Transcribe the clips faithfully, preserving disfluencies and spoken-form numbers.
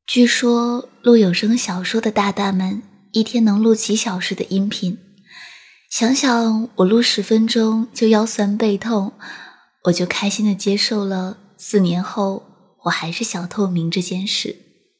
据说录有声小说的大大们一天能录几小时的音频，想想我录十分钟就腰酸背痛，我就开心地接受了四年后我还是小透明这件事。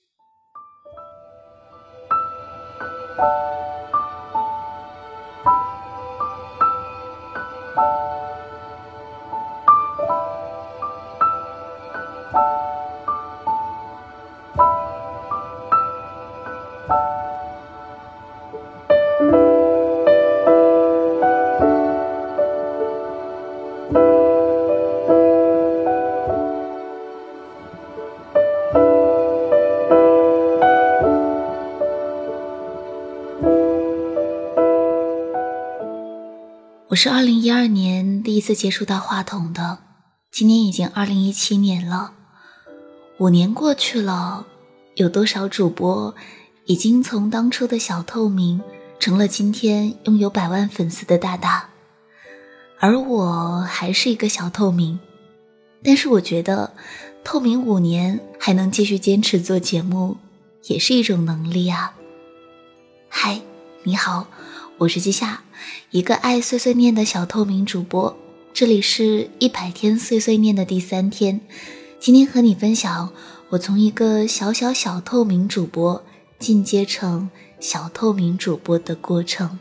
我是二零一二年第一次接触到话筒的，今年已经二零一七年了，五年过去了，有多少主播已经从当初的小透明成了今天拥有百万粉丝的大大，而我还是一个小透明。但是我觉得透明五年还能继续坚持做节目也是一种能力啊。嗨，你好，我是季夏，一个爱碎碎念的小透明主播，这里是一百天碎碎念的第三天。今天和你分享我从一个小小小透明主播进阶成小透明主播的过程。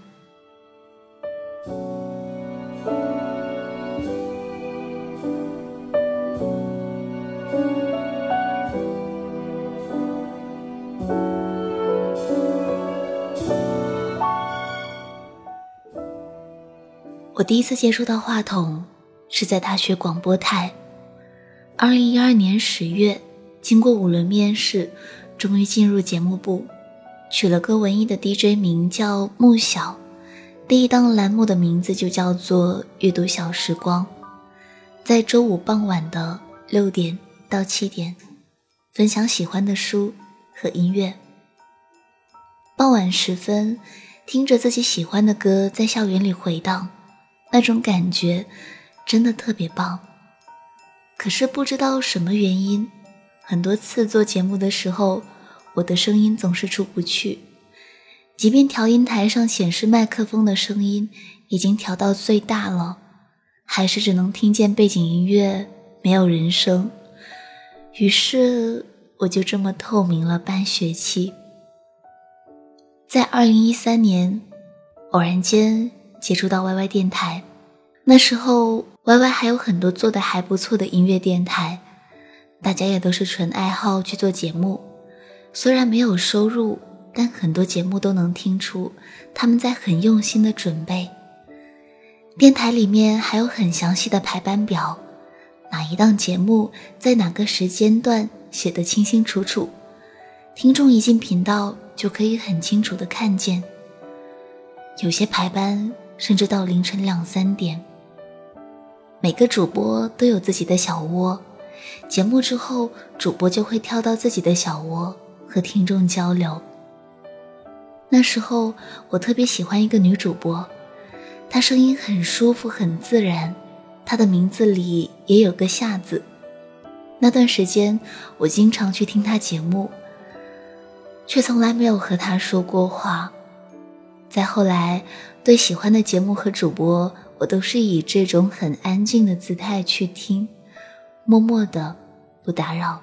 我第一次接触到话筒是在大学广播台。二零一二年十月，经过五轮面试，终于进入节目部，取了个文艺的 D J 名叫木小，第一档栏目的名字就叫做阅读小时光，在周五傍晚的六点到七点，分享喜欢的书和音乐。傍晚时分，听着自己喜欢的歌在校园里回荡，那种感觉真的特别棒。可是不知道什么原因，很多次做节目的时候，我的声音总是出不去，即便调音台上显示麦克风的声音已经调到最大了，还是只能听见背景音乐，没有人声。于是我就这么透明了半学期。在二零一三年偶然间接触到 Y Y 电台，那时候 Y Y 还有很多做得还不错的音乐电台，大家也都是纯爱好去做节目，虽然没有收入，但很多节目都能听出他们在很用心的准备。电台里面还有很详细的排班表，哪一档节目在哪个时间段写得清清楚楚，听众一进频道就可以很清楚地看见。有些排班甚至到凌晨两三点。每个主播都有自己的小窝，节目之后主播就会跳到自己的小窝和听众交流。那时候我特别喜欢一个女主播，她声音很舒服很自然，她的名字里也有个夏字。那段时间我经常去听她节目，却从来没有和她说过话。再后来对喜欢的节目和主播，我都是以这种很安静的姿态去听，默默的不打扰。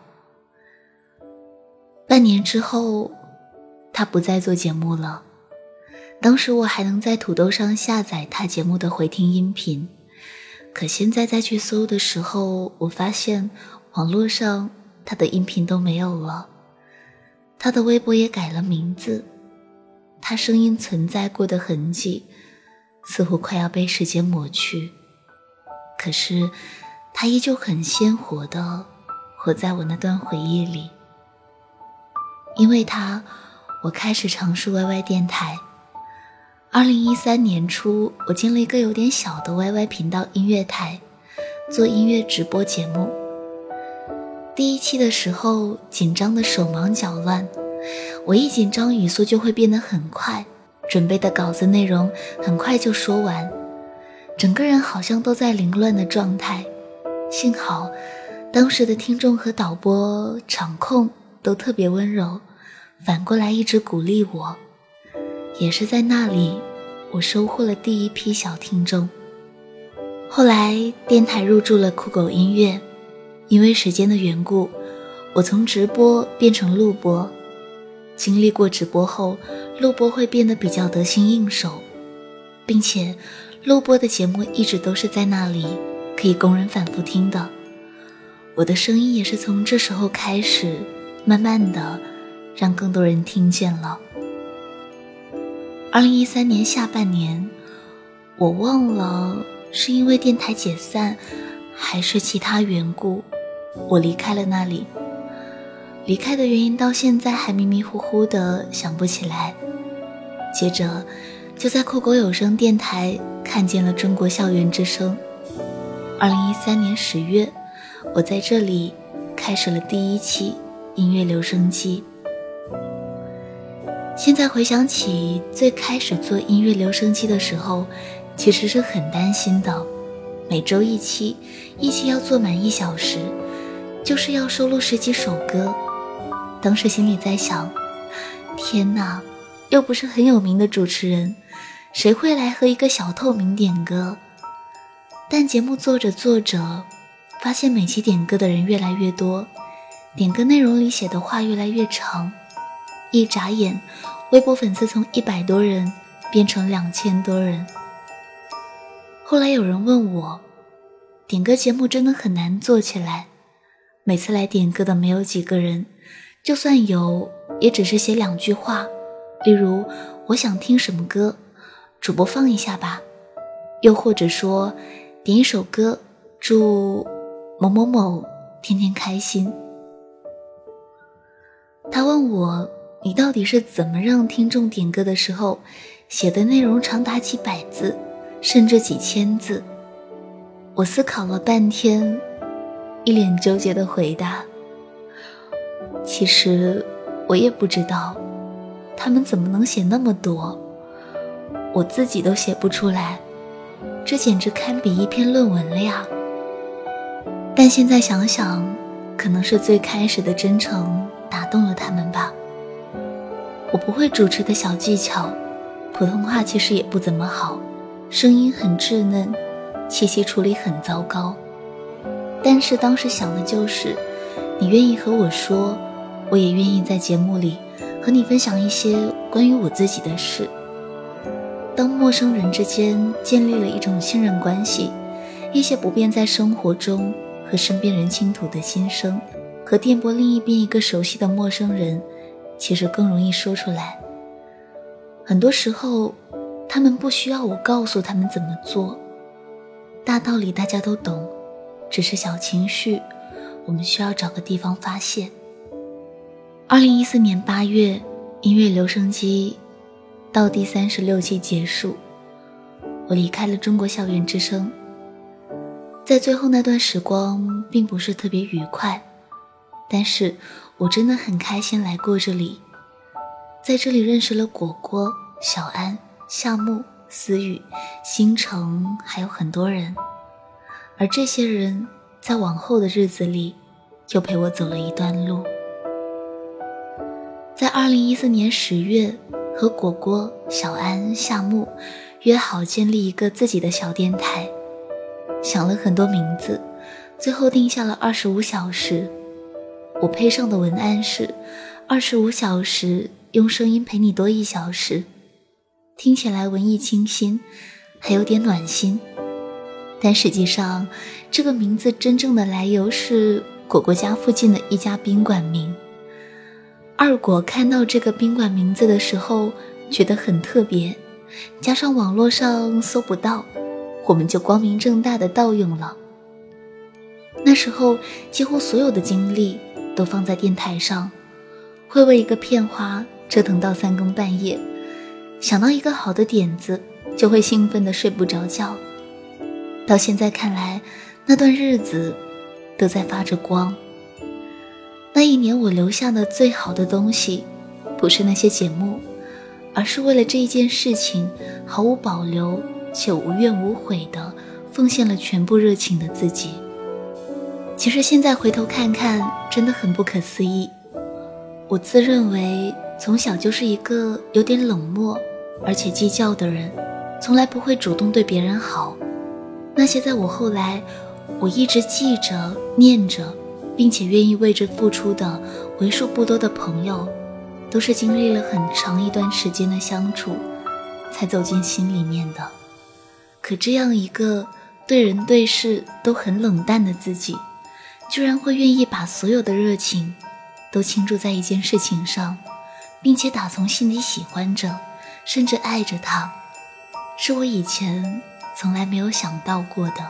半年之后，他不再做节目了。当时我还能在土豆上下载他节目的回听音频，可现在再去搜的时候，我发现网络上他的音频都没有了，他的微博也改了名字，他声音存在过的痕迹似乎快要被时间抹去，可是他依旧很鲜活地活在我那段回忆里。因为他，我开始尝试 Y Y 电台。二零一三年初，我进了一个有点小的 Y Y 频道音乐台，做音乐直播节目。第一期的时候，紧张的手忙脚乱，我一紧张语速就会变得很快，准备的稿子内容很快就说完，整个人好像都在凌乱的状态。幸好当时的听众和导播场控都特别温柔，反过来一直鼓励我。也是在那里，我收获了第一批小听众。后来电台入驻了酷狗音乐，因为时间的缘故，我从直播变成录播。经历过直播后，录播会变得比较得心应手，并且录播的节目一直都是在那里可以供人反复听的。我的声音也是从这时候开始，慢慢的让更多人听见了。二零一三年下半年，我忘了是因为电台解散还是其他缘故，我离开了那里。离开的原因到现在还迷迷糊糊的想不起来。接着就在酷狗有声电台看见了中国校园之声。二零一三年十月，我在这里开始了第一期音乐留声机。现在回想起最开始做音乐留声机的时候，其实是很担心的。每周一期，一期要做满一小时，就是要收录十几首歌。当时心里在想，天哪，又不是很有名的主持人，谁会来和一个小透明点歌？但节目做着做着，发现每期点歌的人越来越多，点歌内容里写的话越来越长，一眨眼，微博粉丝从一百多人变成两千多人。后来有人问我，点歌节目真的很难做起来，每次来点歌的没有几个人，就算有，也只是写两句话，例如我想听什么歌，主播放一下吧，又或者说点一首歌，祝某某某天天开心。他问我，你到底是怎么让听众点歌的时候写的内容长达几百字甚至几千字？我思考了半天，一脸纠结地回答，其实我也不知道他们怎么能写那么多，我自己都写不出来，这简直堪比一篇论文了呀。但现在想想，可能是最开始的真诚打动了他们吧。我不会主持的小技巧，普通话其实也不怎么好，声音很稚嫩，气息处理很糟糕。但是当时想的就是，你愿意和我说，我也愿意在节目里和你分享一些关于我自己的事。当陌生人之间建立了一种信任关系，一些不便在生活中和身边人倾吐的心声，和电波另一边一个熟悉的陌生人，其实更容易说出来。很多时候，他们不需要我告诉他们怎么做，大道理大家都懂，只是小情绪，我们需要找个地方发泄。二零一四年八月，音乐留声机到第三十六期结束，我离开了中国校园之声。在最后那段时光并不是特别愉快，但是我真的很开心来过这里，在这里认识了果果、小安、夏木、思雨、星辰，还有很多人。而这些人在往后的日子里又陪我走了一段路。在二零一四年十月，和果果、小安、夏木约好建立一个自己的小电台，想了很多名字，最后定下了二十五小时。我配上的文案是二十五小时用声音陪你多一小时，听起来文艺清新，还有点暖心。但实际上这个名字真正的来由是果果家附近的一家宾馆名。二果看到这个宾馆名字的时候觉得很特别，加上网络上搜不到，我们就光明正大的盗用了。那时候几乎所有的精力都放在电台上，会为一个片花折腾到三更半夜，想到一个好的点子就会兴奋的睡不着觉。到现在看来，那段日子都在发着光。那一年我留下的最好的东西，不是那些节目，而是为了这一件事情毫无保留且无怨无悔地奉献了全部热情的自己。其实现在回头看看，真的很不可思议。 我自认为从小就是一个有点冷漠而且计较的人，从来不会主动对别人好。那些在我后来我一直记着念着并且愿意为之付出的为数不多的朋友，都是经历了很长一段时间的相处才走进心里面的。可这样一个对人对事都很冷淡的自己，居然会愿意把所有的热情都倾注在一件事情上，并且打从心里喜欢着甚至爱着它，是我以前从来没有想到过的。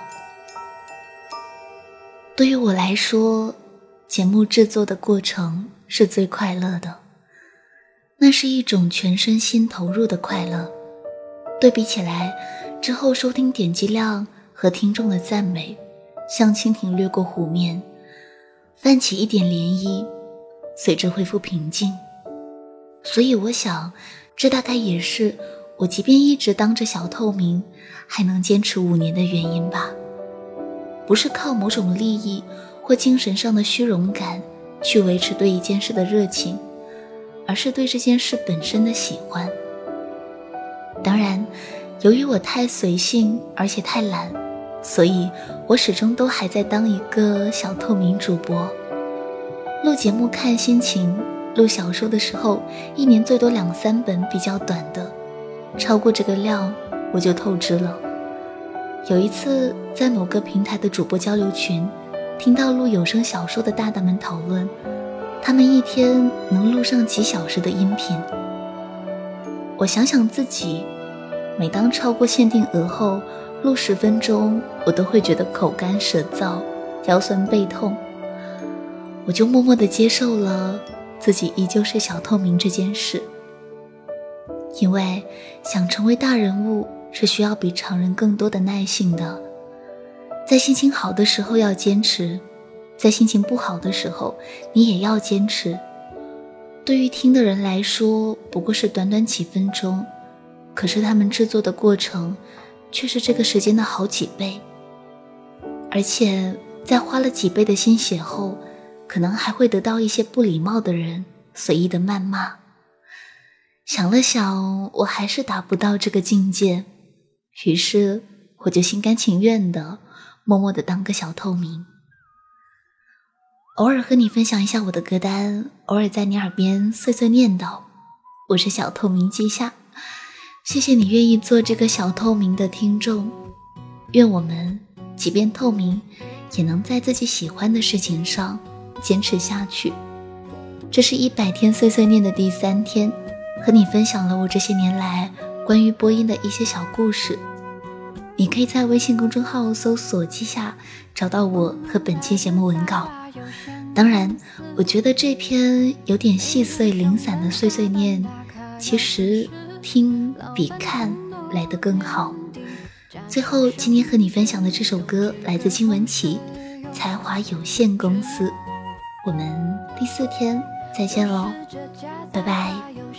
对于我来说，节目制作的过程是最快乐的，那是一种全身心投入的快乐。对比起来，之后收听点击量和听众的赞美，像蜻蜓掠过湖面，泛起一点涟漪，随之恢复平静。所以我想，这大概也是我即便一直当着小透明还能坚持五年的原因吧。不是靠某种利益或精神上的虚荣感去维持对一件事的热情，而是对这件事本身的喜欢。当然，由于我太随性而且太懒，所以我始终都还在当一个小透明主播。录节目看心情，录小说的时候一年最多两三本比较短的，超过这个量我就透支了。有一次在某个平台的主播交流群，听到录有声小说的大大们讨论，他们一天能录上几小时的音频。我想想自己，每当超过限定额后录十分钟，我都会觉得口干舌燥，腰酸背痛。我就默默地接受了自己依旧是小透明这件事。因为想成为大人物是需要比常人更多的耐性的，在心情好的时候要坚持，在心情不好的时候你也要坚持。对于听的人来说不过是短短几分钟，可是他们制作的过程却是这个时间的好几倍，而且在花了几倍的心血后，可能还会得到一些不礼貌的人随意的谩骂。想了想，我还是达不到这个境界，于是我就心甘情愿的默默的当个小透明，偶尔和你分享一下我的歌单，偶尔在你耳边碎碎念叨。我是小透明季夏，谢谢你愿意做这个小透明的听众。愿我们即便透明，也能在自己喜欢的事情上坚持下去。这是一百天碎碎念的第三天，和你分享了我这些年来关于播音的一些小故事。你可以在微信公众号搜索季夏找到我和本期节目文稿。当然，我觉得这篇有点细碎零散的碎碎念，其实听比看来得更好。最后，今天和你分享的这首歌来自金文岐，才华有限公司。我们第四天再见喽，拜拜。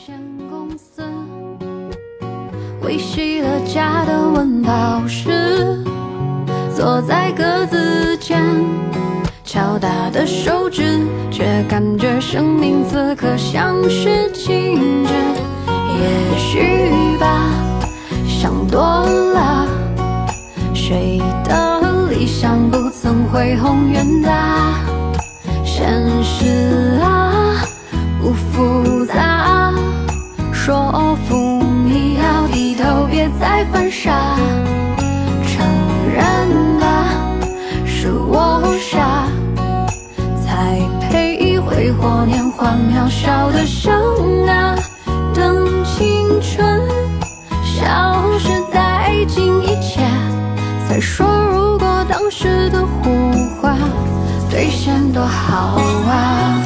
维系了家的温饱时，坐在格子间，敲打的手指，却感觉生命此刻像是静止。也许吧，想多了，谁的理想不曾恢宏远大？现实啊，不复杂，说服你要低头，别再犯傻。承认吧，是我傻，才配挥霍年华渺小的生啊。等青春消失殆尽一切，再说如果当时的呼唤兑现多好啊。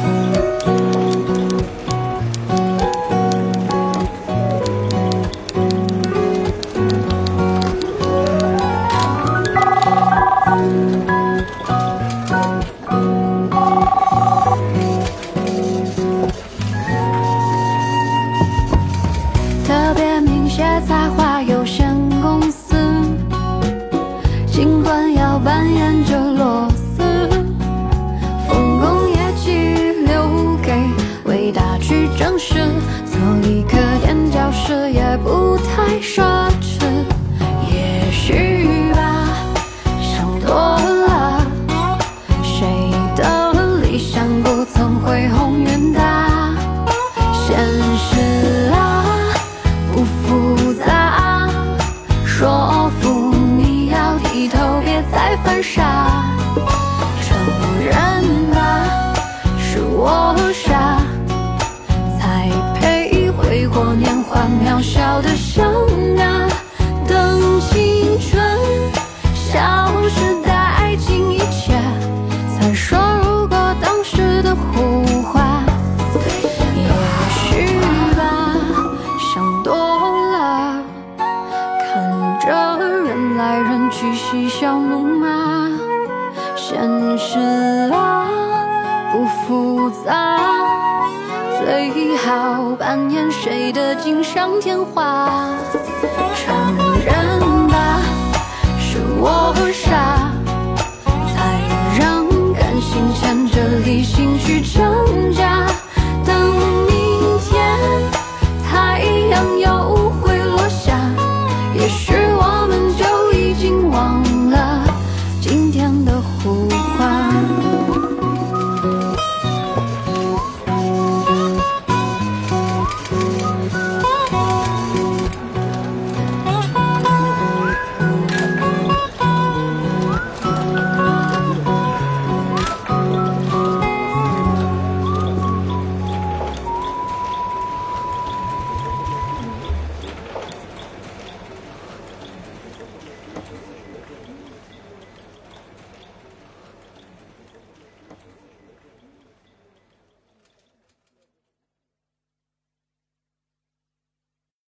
特别明显才华有限公司，尽管要扮演着螺丝，丰功业绩流好的想啊，等青春消失殆尽一切，才说如果当时的胡话，也许吧，想多了，看着人来人去嬉笑怒骂，现实啊不复杂，最好扮演谁的锦上添花。承认吧，是我傻，才让感性牵着理性去挣扎。